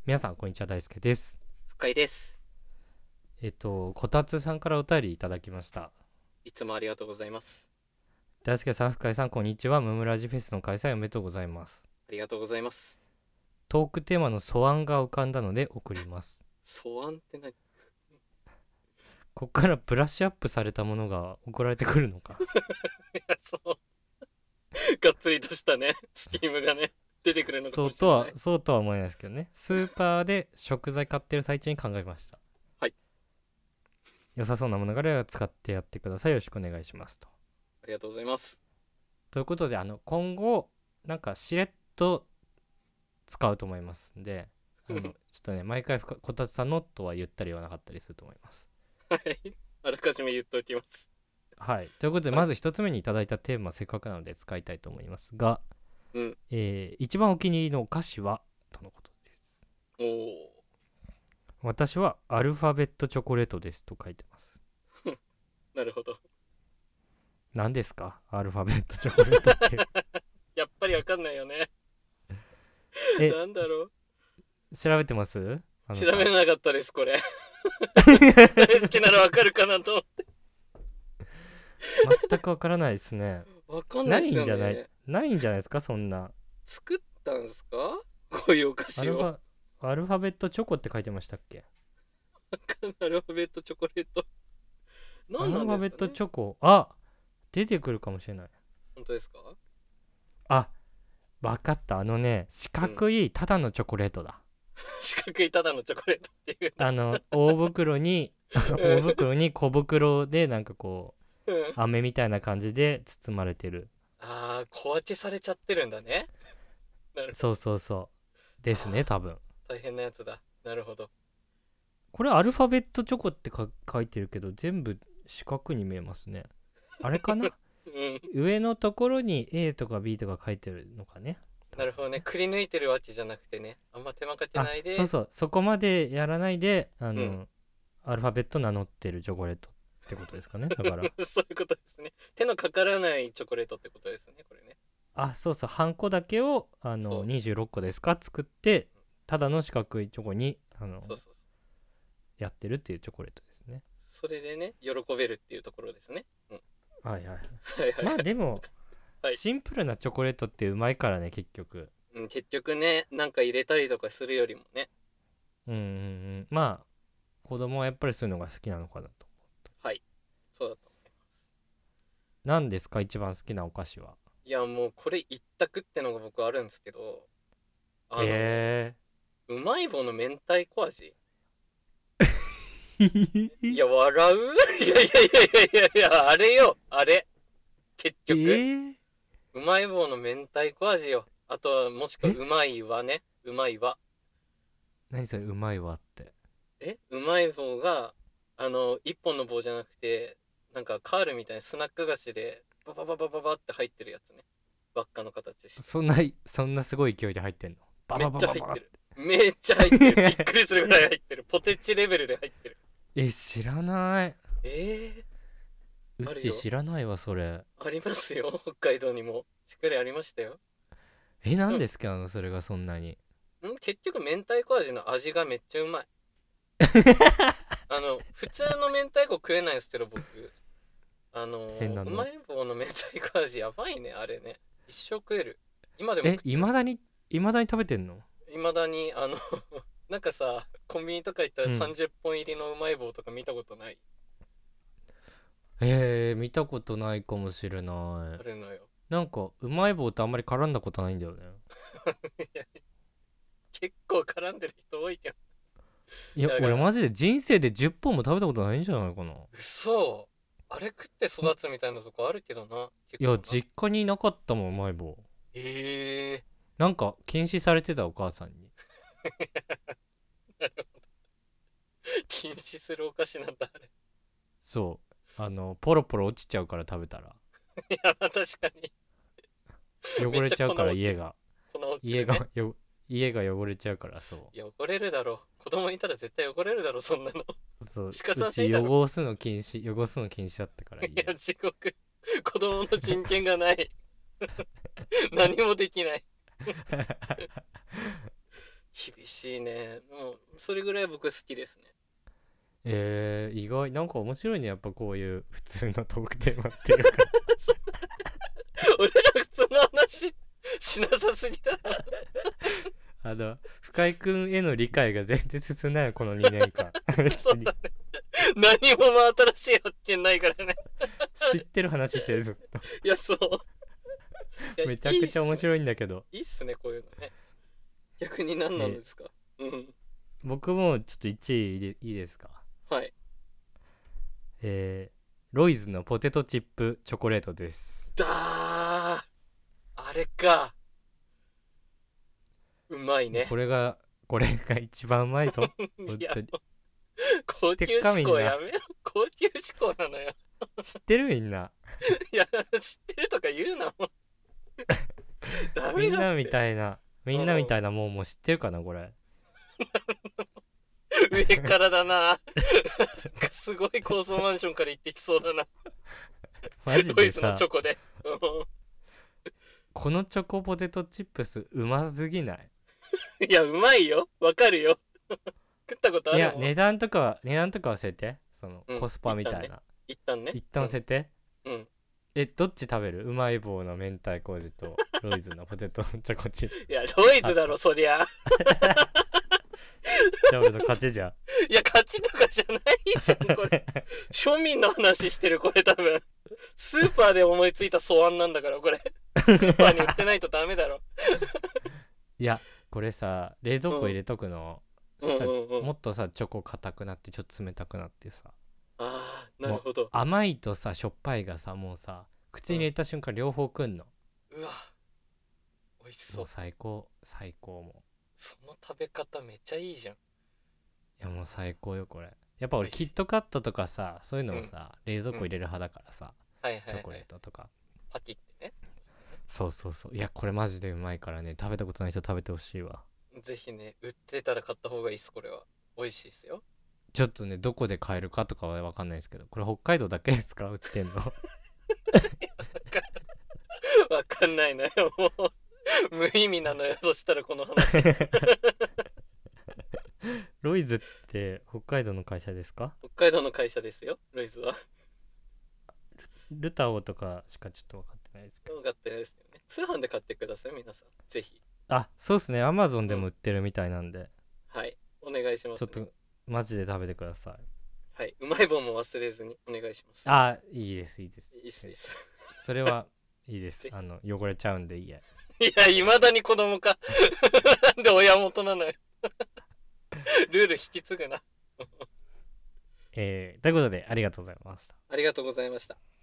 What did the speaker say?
皆さんこんにちは、大輔です。 深井です。 こたつさんからお便りいただきました。 いつもありがとうございます。 大輔さん、深井さん、こんにちは。ムムラジフェスの開催おめでとうございます。 ありがとうございます。 トークテーマの素案が浮かんだので送ります。 素案って何？いこっからブラッシュアップされたものが送られてくるのか。 や、そう。がっつりとしたね、スキームがね、出てくるのかそうとは、 もしれない。 そうとは思えないですけどね。スーパーで食材買ってる最中に考えました。 はい。 良さそうなものがあれば使ってやってください。よろしくお願いしますと。 ありがとうございます。 ということで、今後、なんかしれっと使うと思いますんで、ちょっとね、毎回こたつさんのとは言ったり言わなかったりすると思います。 はい。あらかじめ言っておきます。 はい。ということで、 はい。 まず一つ目にいただいたテーマ、せっかくなので使いたいと思いますが、 うん。 一番お気に入りのお菓子はとのことです。 おー。 私はアルファベットチョコレートですと書いてます。 なるほど。 何ですかアルファベットチョコレートって。 やっぱりわかんないよね。 え、 なんだろう。 調べてますあな調べた。 なかったです、これ。大好きならわかるかなと。 全くわからないですね。 わかんないっないすんじゃない、 よね。 ないんじゃないですかそんな。 作ったんすか？こういうお菓子を。 アルファ、アルファベットチョコって書いてましたっけ？ アルファベットチョコレート。 アル何なんファベットですかね？ チョコ、あ、出てくるかもしれない。 本当ですか？ あ、わかった。四うん。 角いただのチョコレートだ。 四角いただのチョコレートっていうな。 大袋に大うん袋に小袋でなんかこううん。 飴みたいな感じで包まれてる。 ああ、小分けされちゃってるんだね。なるほど。 そうそうそうですね、 ああ、 多分。 大変なやつだ。なるほど。 これアルそファベットチョコって書いてるけど全部四角に見えますね。あれかな。 うん。 上のところに A とか B とか書いてるのかね、多分なるほどね。 ね。 くり抜いてるわけじゃなくてね。あんま手間かけあ、 ないで。 そうそう、そこまでやらないでうん。 アルファベット名乗ってるチョコレートってことですかね、だから。 そういうことですね。手のかからないチョコレートってことですね。これね。 あ、そうそう、ハンコだけをそう。 26個ですか作って、ただの四角いチョコにそうそうそう。 やってるっていうチョコレートですね。 それでね、喜べるっていうところですね。うん。 はいはい。 はいはいはい。 まあでもはい。 シンプルなチョコレートってうまいからね、結局。 うん、結局ね、なんか入れたりとかするよりもね。 うんうんうん。まあ子供はやっぱりそういうのが好きなのかなと。 はい。そうだと思います。 何ですか一番好きなお菓子は？ いや、もうこれ一択ってのが僕あるんですけど、あの、 えうまい棒の明太子味。いー、 や、笑う。いやいやいやいやいやいや、あれよ、あれ。結え局、 ー、 うまい棒の明太子味よ。あとは、もしくはえ、 うまいわね。うまいわ。 何それうまいわって。 うまい棒が、一本の棒じゃなくて、なんかカールみたいなスナック菓子で、ババババババって入ってるやつね。輪っかの形して。 そんなすごい勢いで入ってんの？バめっババババって。 ちゃ入ってる。めっちゃ入ってる。びっくりするぐらい入ってる。ポテチレベルで入ってる。 知らない。 えうちあるよ。 知らないわそれ。 ありますよ。北海道にも。しっかりありましたよ。 なんでも、 ですかそれがそんなに。 結局、明太子味の味がめっちゃうまい。普通の明太子食えないんですけど、僕。うま変なの。 い棒の明太子味やばいね、あれね。一生食える。今でも食っても、 いまだに食べてんの？ いまだに、なんかさ、コンビニとか行ったらうん。 30本入りのうまい棒とか見たことない？ 見たことないかもしれない。 あるのよ。 なんかうまい棒ってあんまり絡んだことないんだよね。 いや、結構絡んでる人多いけど。 いやだから、 俺マジで人生で10本も食べたことないんじゃないかな。 嘘。あれ食って育つみたいなとこあるけどな、結いや構な。 実家になかったもんうまい棒。 ええなんか禁止されてたお母さんに。 ー、禁止するお菓子なんだ、あれ。 そうポロポロ落ちちゃうから食べたらいや、まあ確かに。めっちゃ汚れちゃうか粉落ちる。 ら粉落ち家るね。 がよ家が汚れちゃうからそ汚れるだろう。子供いたら絶対汚れるだろ、そんなの。 そう仕う方ないだろ。 ち汚すの禁止だったからいや、 家。 地獄。子供の人権がない。何もできない。 厳しいね。もうそれぐらい僕好きですね。 意外、なんか面白いね、やっぱこういう普通のトークテーマっていうか。 俺ら普通の話しなさすぎだろ。 深井くんへの理解が全然進んないの、この2年間。別にそうだね。何も新しい発見ないからね。 知ってる話してる、ずっと。 いや、そう。いやめちゃくちゃ面い。 白いんだけど。 いいっすね、こういうのね。逆に何なんですか？うん。 僕もちょっと1位でいいですか？ はい。 ロイズのポテトチップチョコレートです。 だー、あれか。うまいね。 これが一番うまいぞ。本いや、 当に。 高級志向やめろ。高級志向なのよ。 知ってるみんな。 いや、知ってるとか言うなもん。ダメだって。 みんなみたいなもんも知ってるかな、これ。 上からだな。すごい高層マンションから行ってきそうだな。 マジロイズのでさチョコで。 このチョコポテトチップスうますぎない？ いや、うまいよ。わかるよ。食ったことあいや、 るもん。 値段とか忘れて、 うんコスパみたいな。 一旦ね。 一旦忘れて。 うん。 どっち食べる？うまい棒の明太麹とロイズのポテトチョコチップ。 いや、ロイズだろ、そりゃ。 じゃあ俺の勝ちじゃん。 いや、勝ちとかじゃないじゃん、これ。庶民の話してる、これ多分。スーパーで思いついた素案なんだから、これ。スーパーに売ってないとダメだろ。 いや、これさ、冷蔵庫入れとくの。そしたらうん。 もっとさ、チョコ硬くなってちょっと冷たくなってさ。 ああ、なるほど。 甘いとさ、しょっぱいがさ、もうさ、口に入れた瞬間両方くんの。 うわ、美味しそう。 もう最高もその食べ方めっちゃいいじゃん。 う。いやもう最高よ、これ。やっぱ俺キットカットとかさ、そういうのをさ、冷蔵庫入れる派だからさ、 はいはい、はい。 チョコレートとか。 パキってね。 そう。いや、これマジでうまいからね、食べたことない人食べてほしいわ。 ぜひね、売ってたら買った方がいいっす、これは。美味しいっすよ。 ちょっとね、どこで買えるかとかは分かんないですけど、これ北海道だけですか？売ってんの。 わかんないのよ、もう。無意味なのよ、そしたらこの話。 ロイズって北海道の会社ですか？ 北海道の会社ですよ、ロイズは。 ルタオとかしかちょっと分かってないですけど。 よかったですよね。通販で買ってください、皆さん。ぜひ。 あ、そうっすね。アマゾンでも売ってるみたいなんで、 はい。お願いします、ね。 ちょっとマジで食べてください。 はい。うまい棒も忘れずにお願いします。 あ、いいです。 いいっす、いいっす。 それはいいです。汚れちゃうんでいいや。 いや、いまだに子供か。なんで親元なのよ。ルール引き継ぐな。 ということでありがとうございました。 ありがとうございました。